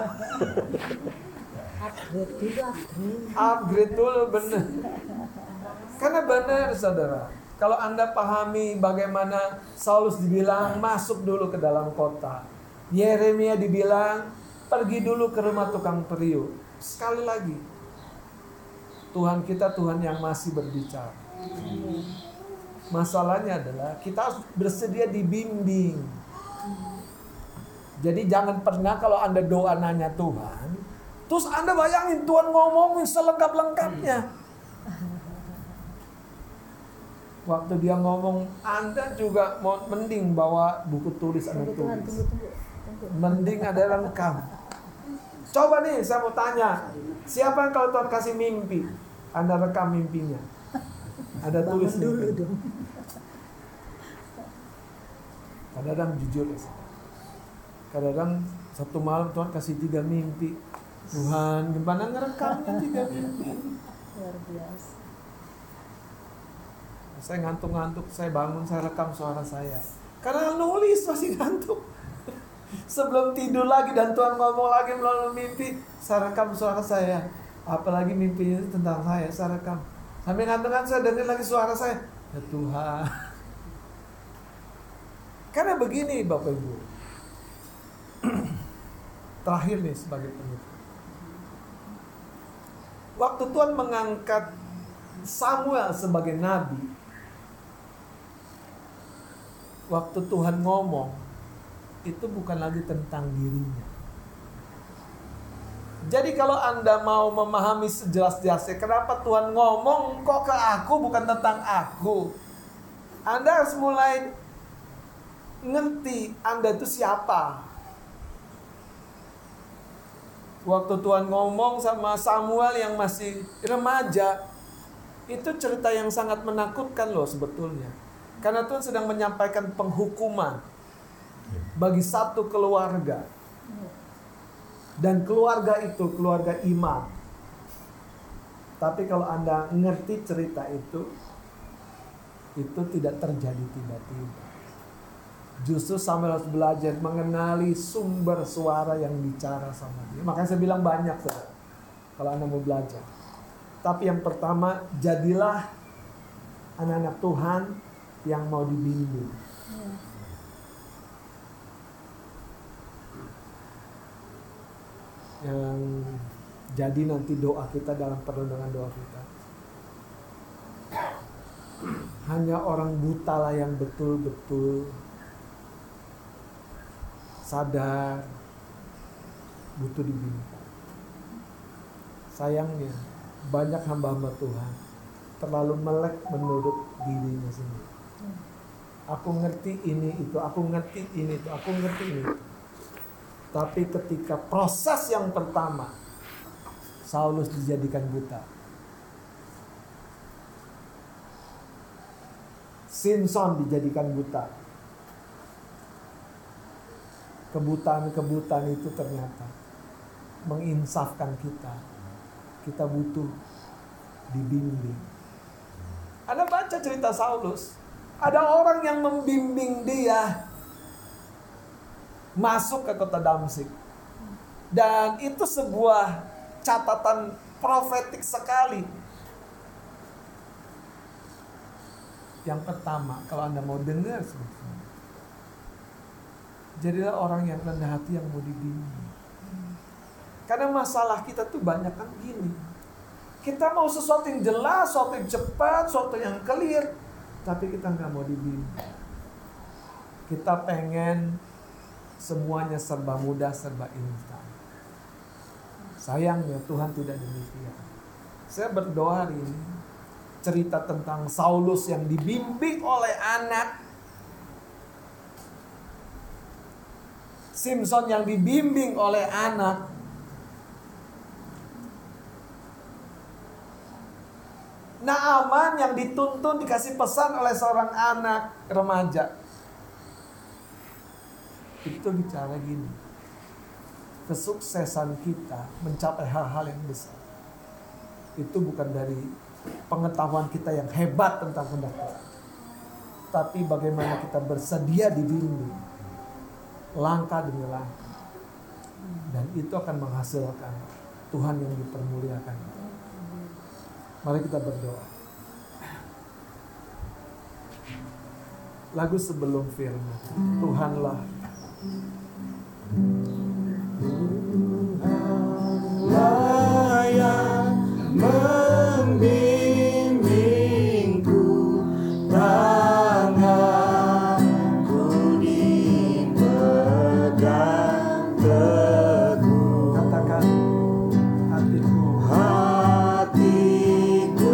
Upgrade dulu, upgrade. Upgrade dulu, bener. Karena benar saudara, kalau Anda pahami bagaimana Saulus dibilang masuk dulu ke dalam kota, Yeremia dibilang pergi dulu ke rumah tukang periuk. Sekali lagi, Tuhan kita Tuhan yang masih berbicara. Masalahnya adalah kita harus bersedia dibimbing. Jadi jangan pernah kalau Anda doa nanya Tuhan, terus Anda bayangin Tuhan ngomongin selengkap-lengkapnya. Waktu dia ngomong, Anda juga mau mending bawa buku tulis Anda Tunggu Tuhan, tulis. tunggu, tunggu. tunggu. Mending ada rekam. Coba nih saya mau tanya, siapa yang kalau Tuhan kasih mimpi, Anda rekam mimpinya? Ada tulis dulu mimpi. dong. Kadang-kadang jujur ya. Kadang-kadang satu malam Tuhan kasih tiga mimpi. Tuhan, gimana ngerekamnya tiga mimpi? Luar biasa. Saya ngantuk-ngantuk, saya bangun, saya rekam suara saya. Karena nulis masih ngantuk. Sebelum tidur lagi dan Tuhan ngomong lagi melalui mimpi, saya rekam suara saya. Apalagi mimpinya tentang saya, saya rekam. Sambil ngantuk-ngantuk saya dengar lagi suara saya. Ya Tuhan. Karena begini Bapak Ibu. Terakhir nih sebagai penutup. Waktu Tuhan mengangkat Samuel sebagai nabi, waktu Tuhan ngomong, itu bukan lagi tentang dirinya. Jadi kalau Anda mau memahami sejelas-jelasnya, kenapa Tuhan ngomong kok ke aku bukan tentang aku, Anda harus mulai ngerti Anda itu siapa. Waktu Tuhan ngomong sama Samuel yang masih remaja, itu cerita yang sangat menakutkan loh sebetulnya. Karena Tuhan sedang menyampaikan penghukuman bagi satu keluarga. Dan keluarga itu keluarga imam. Tapi kalau Anda ngerti cerita itu, itu tidak terjadi tiba-tiba. Justru Samuel harus belajar mengenali sumber suara yang bicara sama dia. Makanya saya bilang banyak, saudara, kalau Anda mau belajar. Tapi yang pertama, jadilah anak-anak Tuhan yang mau dibimbing. Yang jadi nanti doa kita dalam perlindungan doa kita. Hanya orang buta lah yang betul-betul sadar butuh dibimbing. Sayangnya banyak hamba-hamba Tuhan terlalu melek menurut dirinya sendiri. Aku ngerti ini itu, aku ngerti ini itu, aku ngerti ini itu. Tapi ketika proses yang pertama, Saulus dijadikan buta, Simpson dijadikan buta. Kebutaan-kebutaan itu ternyata menginsafkan kita. Kita butuh dibimbing. Anda baca cerita Saulus, ada orang yang membimbing dia masuk ke kota Damsyik. Dan itu sebuah catatan profetik sekali. Yang pertama, kalau Anda mau dengar sebetulnya, jadilah orang yang rendah hati yang mau dibimbing. Karena masalah kita tuh banyak kan gini. Kita mau sesuatu yang jelas, sesuatu yang cepat, sesuatu yang clear, tapi kita nggak mau dibimbing. Kita pengen semuanya serba mudah, serba instan. Sayangnya Tuhan tidak demikian. Saya berdoa hari ini, cerita tentang Saulus yang dibimbing oleh anak, Simpson yang dibimbing oleh anak, Naaman yang dituntun dikasih pesan oleh seorang anak remaja. Itu bicara gini, kesuksesan kita mencapai hal-hal yang besar itu bukan dari pengetahuan kita yang hebat tentang kehendak Tuhan, tapi bagaimana kita bersedia dibimbing langkah demi langkah, dan itu akan menghasilkan Tuhan yang dipermuliakan. Mari kita berdoa. Lagu sebelum firman, Tuhanlah Tuhanlah yang membimbingku, tanganku dipegang teguh. katakan hatiku, hatiku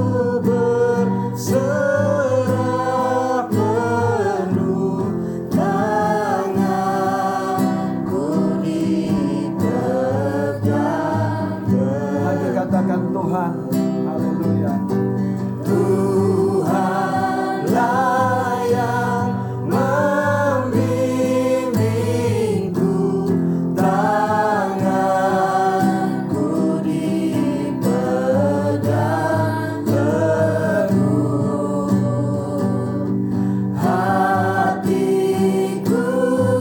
berserah penuh, tanganku dipegang teguh. lagi katakan Tuhan, haleluya. Tuhanlah yang membimbingku, tanganku dipegang teguh, hatiku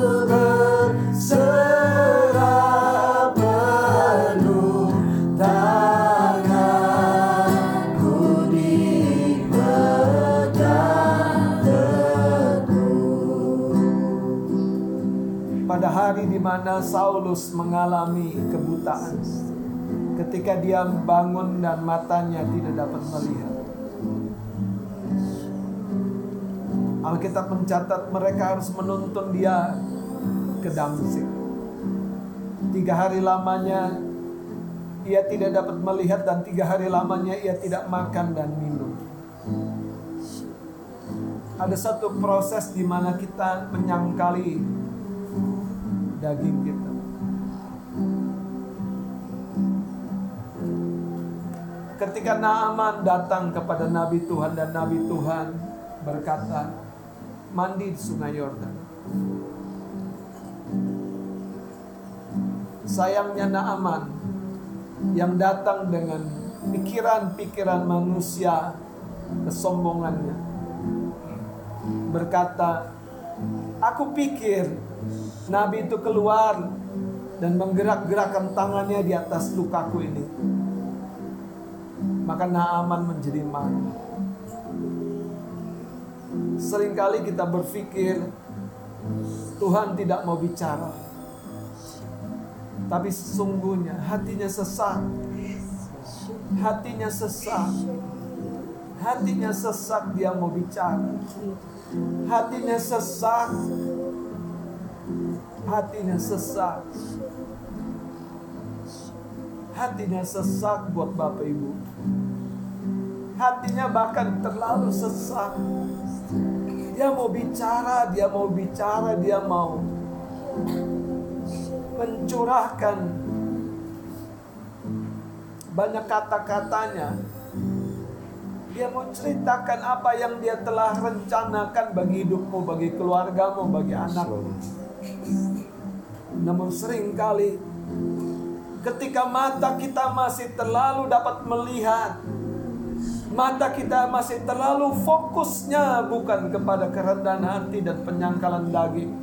berserah penuh, tanganku dipegang teguh. Pada hari di mana Saulus mengalami kebutaan, ketika dia bangun dan matanya tidak dapat melihat, Alkitab mencatat mereka harus menuntun dia ke Damsyik. Tiga hari lamanya ia tidak dapat melihat, dan tiga hari lamanya ia tidak makan dan minum. Ada satu proses di mana kita menyangkali daging kita. Ketika Naaman datang kepada Nabi Tuhan, dan Nabi Tuhan berkata, mandi di Sungai Yordan. Sayangnya Naaman yang datang dengan pikiran-pikiran manusia, kesombongannya, berkata, aku pikir Nabi itu keluar dan menggerak-gerakkan tangannya di atas lukaku ini. Maka Naaman menjadi marah. Seringkali kita berpikir Tuhan tidak mau bicara, tapi sesungguhnya hatinya sesak. Hatinya sesak. Hatinya sesak, dia mau bicara. Hatinya sesak. Hatinya sesak. Hatinya sesak buat Bapak Ibu. Hatinya bahkan terlalu sesak. Dia mau bicara, dia mau bicara, dia mau mencurahkan banyak kata-katanya. Dia mau ceritakan apa yang dia telah rencanakan bagi hidupmu, bagi keluargamu, bagi anakmu. Namun seringkali ketika mata kita masih terlalu dapat melihat, mata kita masih terlalu fokusnya bukan kepada kerendahan hati dan penyangkalan daging,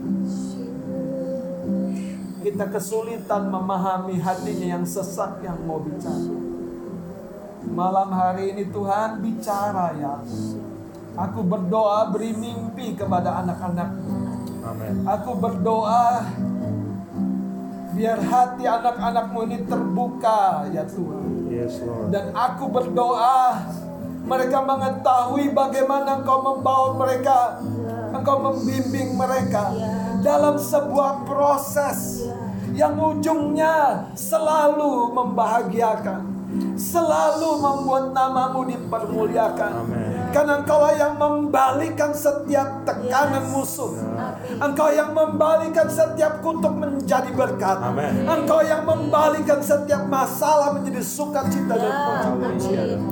kita kesulitan memahami hatinya yang sesak, yang mau bicara. Malam hari ini Tuhan bicara ya. Aku berdoa beri mimpi kepada anak-anak-Mu. Amin. Aku berdoa biar hati anak-anak-Mu ini terbuka ya Tuhan. Yes, Lord. Dan aku berdoa mereka mengetahui bagaimana Engkau membawa mereka, Engkau membimbing mereka dalam sebuah proses yang ujungnya selalu membahagiakan, selalu membuat namamu dipermuliakan. Amen. Karena Engkau yang membalikan setiap tekanan musuh. Engkau yang membalikan setiap kutuk menjadi berkat. Amen. Engkau yang membalikan setiap masalah menjadi sukacita dan puji-pujian.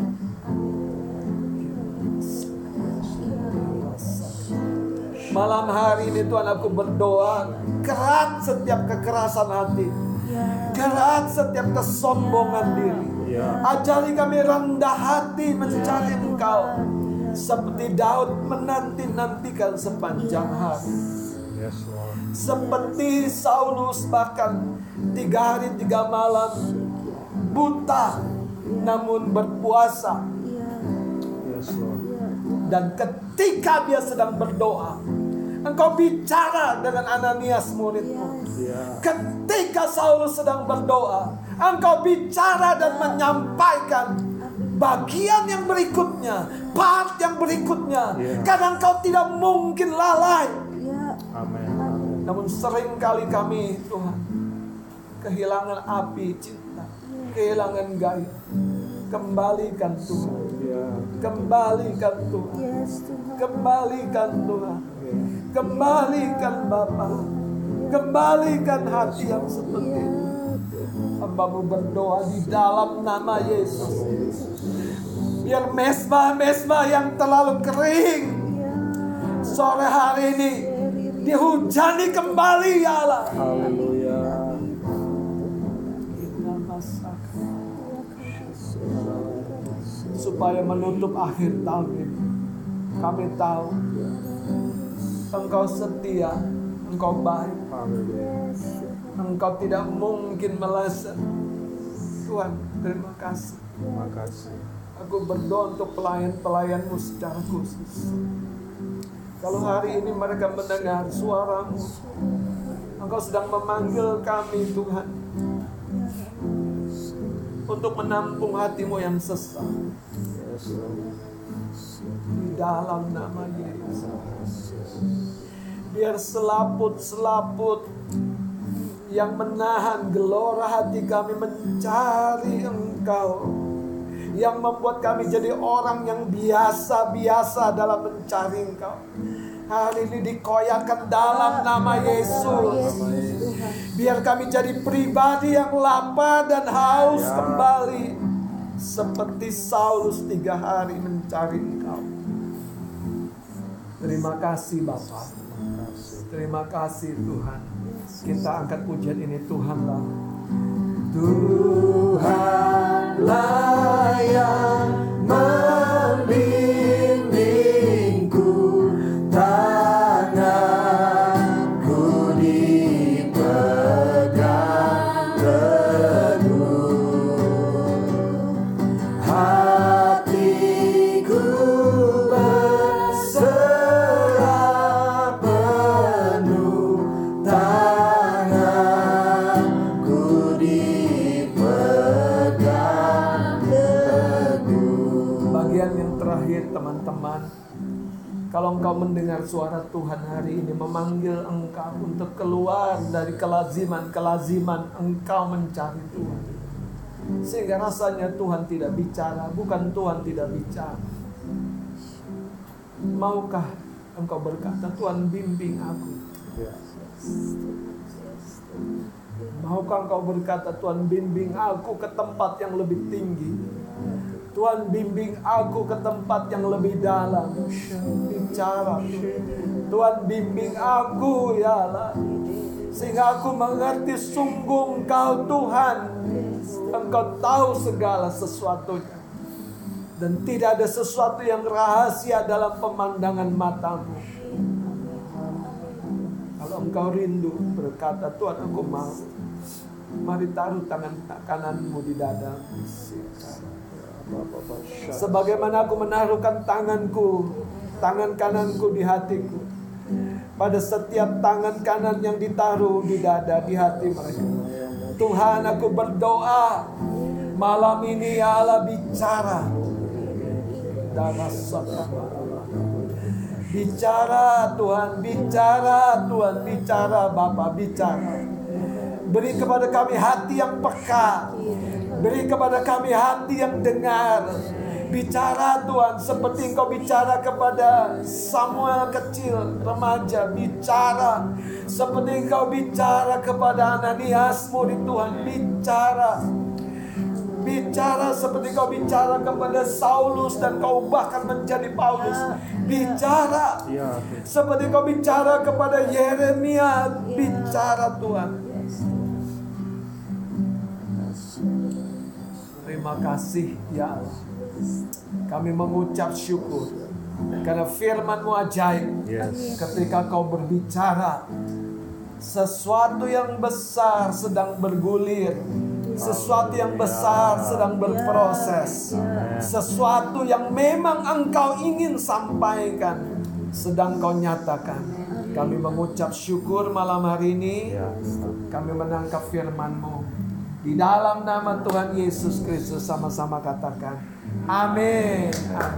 Malam hari ini Tuhan, aku berdoa, kerat setiap kekerasan hati, kerat setiap kesombongan diri. Ya. Ajari kami rendah hati mencari Engkau, seperti Daud menanti-nantikan sepanjang hari. Yes, Lord. Seperti Saulus bahkan tiga hari tiga malam buta namun berpuasa. Yes, Lord. Dan ketika dia sedang berdoa, Engkau bicara dengan Ananias muridmu. Ya. Ketika Saulus sedang berdoa, Engkau bicara dan menyampaikan bagian yang berikutnya, part yang berikutnya. Ya. Karena Engkau tidak mungkin lalai. Amin. Namun seringkali kami Tuhan kehilangan api cinta, kehilangan gairah. Kembalikan Tuhan. Ya. Kembalikan Tuhan. Kembalikan Tuhan. Kembalikan Bapa. Kembalikan hati yang seperti itu. Hamba-Mu berdoa di dalam nama Yesus. Biar mesbah-mesbah yang terlalu kering sore hari ini dihujani kembali ya Allah. Haleluya. Supaya menutup akhir tahun ini, kami tahu Engkau setia, Engkau baik, Haleluya. Engkau tidak mungkin meleset. Tuhan, terima kasih. Terima kasih. Aku berdoa untuk pelayan-pelayan-Mu secara khusus. Kalau hari ini mereka mendengar suara-Mu, Engkau sedang memanggil kami Tuhan untuk menampung hatimu yang sesak. Yes, Lord. Di dalam nama Yesus. Biar selaput-selaput yang menahan gelora hati kami mencari Engkau, yang membuat kami jadi orang yang biasa-biasa dalam mencari Engkau, hari ini dikoyakkan dalam nama Yesus. Biar kami jadi pribadi yang lapar dan haus kembali, seperti Saulus tiga hari mencari Engkau. Terima kasih Bapa. Terima kasih Tuhan. Kita angkat pujian ini, Tuhanlah. Tuhanlah yang membimbingku, tanganku dipegang teguh, hatiku berserah penuh, tanganku dipegang teguh. Bagian yang terakhir teman-teman, kalau engkau mendengar suara Tuhan hari ini memanggil engkau untuk keluar dari kelaziman-kelaziman engkau mencari Tuhan, sehingga rasanya Tuhan tidak bicara, bukan Tuhan tidak bicara. Maukah engkau berkata, Tuhan bimbing aku? Maukah engkau berkata, Tuhan bimbing aku ke tempat yang lebih tinggi? Tuhan bimbing aku ke tempat yang lebih dalam. Bicara Tuhan, bimbing aku ya Allah, sehingga aku mengerti sungguh Engkau Tuhan, Engkau tahu segala sesuatunya, dan tidak ada sesuatu yang rahasia dalam pemandangan matamu. Kalau engkau rindu berkata, Tuhan aku mau, mari taruh tangan kananmu di dadamu. Sebagaimana aku menaruhkan tanganku, tangan kananku di hatiku, pada setiap tangan kanan yang ditaruh di dada, di hati mereka. Tuhan, aku berdoa malam ini ya Allah, bicara. Bicara Tuhan, bicara Tuhan, bicara Bapa, bicara. Beri kepada kami hati yang peka, beri kepada kami hati yang dengar. Bicara Tuhan, seperti Engkau bicara kepada Samuel kecil, remaja. Bicara seperti Engkau bicara kepada Ananias murid Tuhan. Bicara Bicara seperti Kau bicara kepada Saulus dan Kau ubahkan menjadi Paulus. Bicara seperti Kau bicara kepada Yeremia. Bicara Tuhan. Terima kasih ya Allah. Kami mengucap syukur karena firman-Mu ajaib. Ketika Kau berbicara, sesuatu yang besar sedang bergulir, sesuatu yang besar sedang berproses, sesuatu yang memang Engkau ingin sampaikan sedang Kau nyatakan. Kami mengucap syukur malam hari ini. Kami menangkap firman-Mu. Di dalam nama Tuhan Yesus Kristus sama-sama katakan amin. Amin.